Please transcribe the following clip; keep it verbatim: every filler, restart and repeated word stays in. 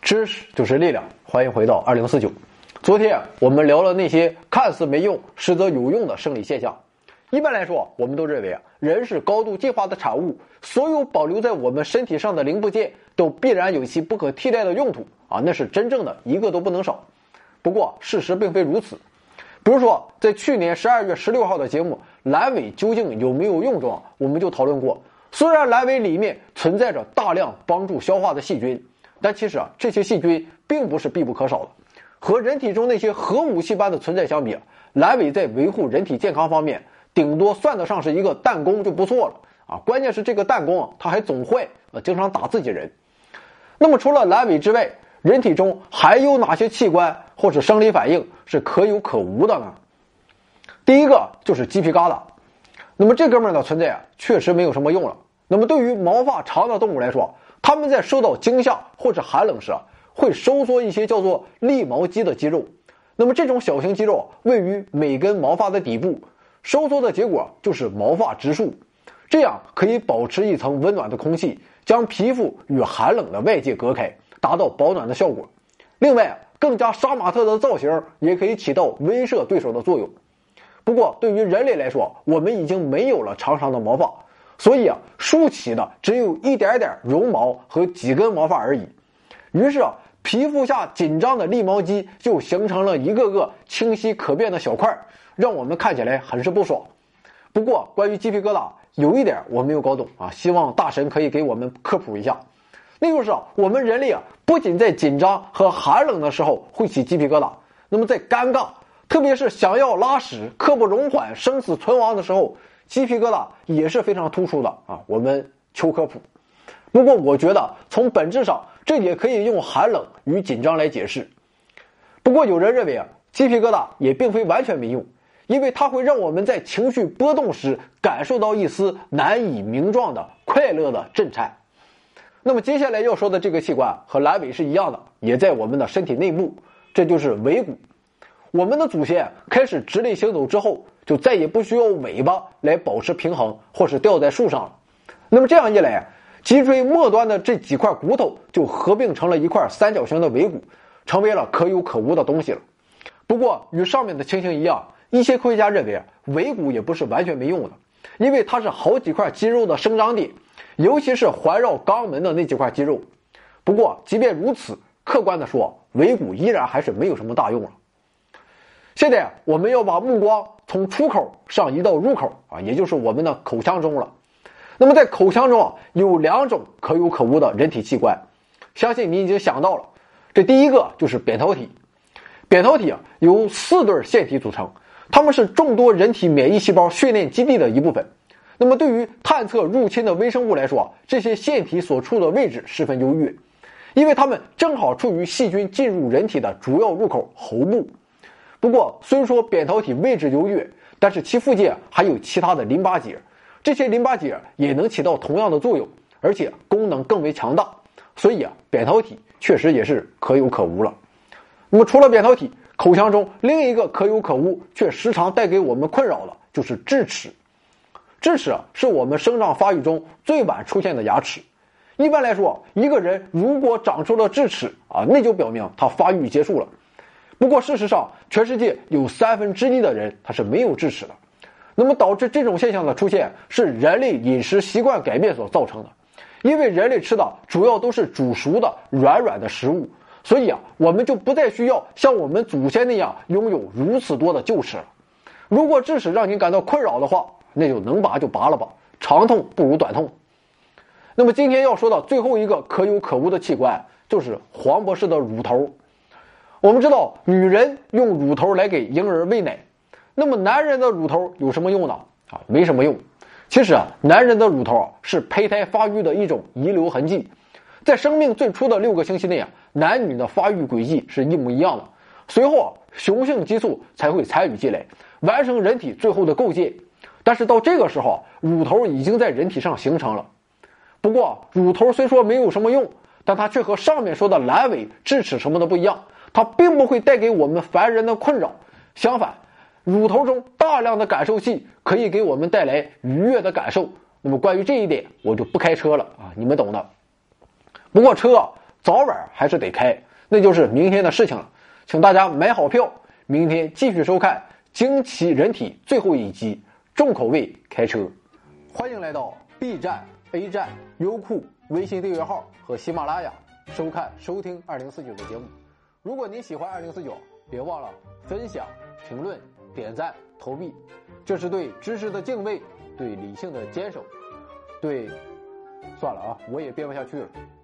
知识就是力量，欢迎回到二零四九。昨天我们聊了那些看似没用实则有用的生理现象。一般来说，我们都认为啊，人是高度进化的产物，所有保留在我们身体上的零部件都必然有其不可替代的用途啊，那是真正的一个都不能少。不过事实并非如此。比如说，在去年十二月十六号的节目《阑尾究竟有没有用》中，我们就讨论过，虽然阑尾里面存在着大量帮助消化的细菌，但其实啊，这些细菌并不是必不可少的。和人体中那些核武器般的存在相比，阑尾在维护人体健康方面，顶多算得上是一个弹弓就不错了啊！关键是这个弹弓啊，它还总坏，呃，经常打自己人。那么除了阑尾之外，人体中还有哪些器官或是生理反应是可有可无的呢？第一个就是鸡皮疙瘩。那么这哥们儿的存在啊，确实没有什么用了。那么对于毛发长的动物来说，它们在受到惊吓或者寒冷时啊，会收缩一些叫做立毛肌的肌肉。那么这种小型肌肉位于每根毛发的底部，收缩的结果就是毛发直竖，这样可以保持一层温暖的空气，将皮肤与寒冷的外界隔开，达到保暖的效果。另外，更加杀马特的造型也可以起到威慑对手的作用。不过对于人类来说，我们已经没有了长长的毛发，所以啊，竖起的只有一点点绒毛和几根毛发而已。于是啊，皮肤下紧张的立毛肌就形成了一个个清晰可辨的小块，让我们看起来很是不爽。不过关于鸡皮疙瘩，有一点我没有搞懂啊，希望大神可以给我们科普一下。那就是啊，我们人类啊，不仅在紧张和寒冷的时候会起鸡皮疙瘩，那么在尴尬，特别是想要拉屎、刻不容缓、生死存亡的时候，鸡皮疙瘩也是非常突出的啊。我们求科普。不过我觉得从本质上，这也可以用寒冷与紧张来解释。不过有人认为啊，鸡皮疙瘩也并非完全没用，因为它会让我们在情绪波动时感受到一丝难以名状的快乐的震颤。那么接下来要说的这个器官和阑尾是一样的，也在我们的身体内部，这就是尾骨。我们的祖先开始直立行走之后，就再也不需要尾巴来保持平衡或是吊在树上了。那么这样一来，脊椎末端的这几块骨头就合并成了一块三角形的尾骨，成为了可有可无的东西了。不过与上面的情形一样，一些科学家认为尾骨也不是完全没用的，因为它是好几块肌肉的生长点，尤其是环绕肛门的那几块肌肉。不过即便如此，客观的说，尾骨依然还是没有什么大用了。现在我们要把目光从出口上移到入口啊，也就是我们的口腔中了。那么在口腔中啊，有两种可有可无的人体器官，相信你已经想到了。这第一个就是扁桃体。扁桃体啊，由四对腺体组成，它们是众多人体免疫细胞训练基地的一部分。那么对于探测入侵的微生物来说，这些腺体所处的位置十分优越，因为它们正好处于细菌进入人体的主要入口喉部。不过虽说扁桃体位置优越，但是其附近还有其他的淋巴结，这些淋巴结也能起到同样的作用，而且功能更为强大，所以啊，扁桃体确实也是可有可无了。那么除了扁桃体，口腔中另一个可有可无却时常带给我们困扰的就是智齿。智齿啊，是我们生长发育中最晚出现的牙齿。一般来说，一个人如果长出了智齿啊，那就表明他发育结束了。不过事实上，全世界有三分之一的人他是没有智齿的。那么导致这种现象的出现，是人类饮食习惯改变所造成的。因为人类吃的主要都是煮熟的软软的食物，所以啊，我们就不再需要像我们祖先那样拥有如此多的臼齿了。如果智齿让你感到困扰的话，那就能拔就拔了吧，长痛不如短痛。那么今天要说到最后一个可有可无的器官，就是黄博士的乳头。我们知道女人用乳头来给婴儿喂奶，那么男人的乳头有什么用呢？啊，没什么用。其实啊，男人的乳头啊是胚胎发育的一种遗留痕迹，在生命最初的六个星期内啊，男女的发育轨迹是一模一样的。随后啊，雄性激素才会参与进来，完成人体最后的构建。但是到这个时候啊，乳头已经在人体上形成了。不过乳头虽说没有什么用，但它却和上面说的阑尾、智齿什么的不一样，它并不会带给我们凡人的困扰。相反，乳头中大量的感受器可以给我们带来愉悦的感受。那么关于这一点，我就不开车了啊，你们懂的。不过车早晚还是得开，那就是明天的事情了。请大家买好票，明天继续收看《惊奇人体》最后一集重口味开车。欢迎来到 B 站、A 站、优酷、微信订阅号和喜马拉雅收看收听二零四九的节目。如果您喜欢二零四九，别忘了分享、评论、点赞、投币，这是对知识的敬畏，对理性的坚守，对，算了啊，我也编不下去了。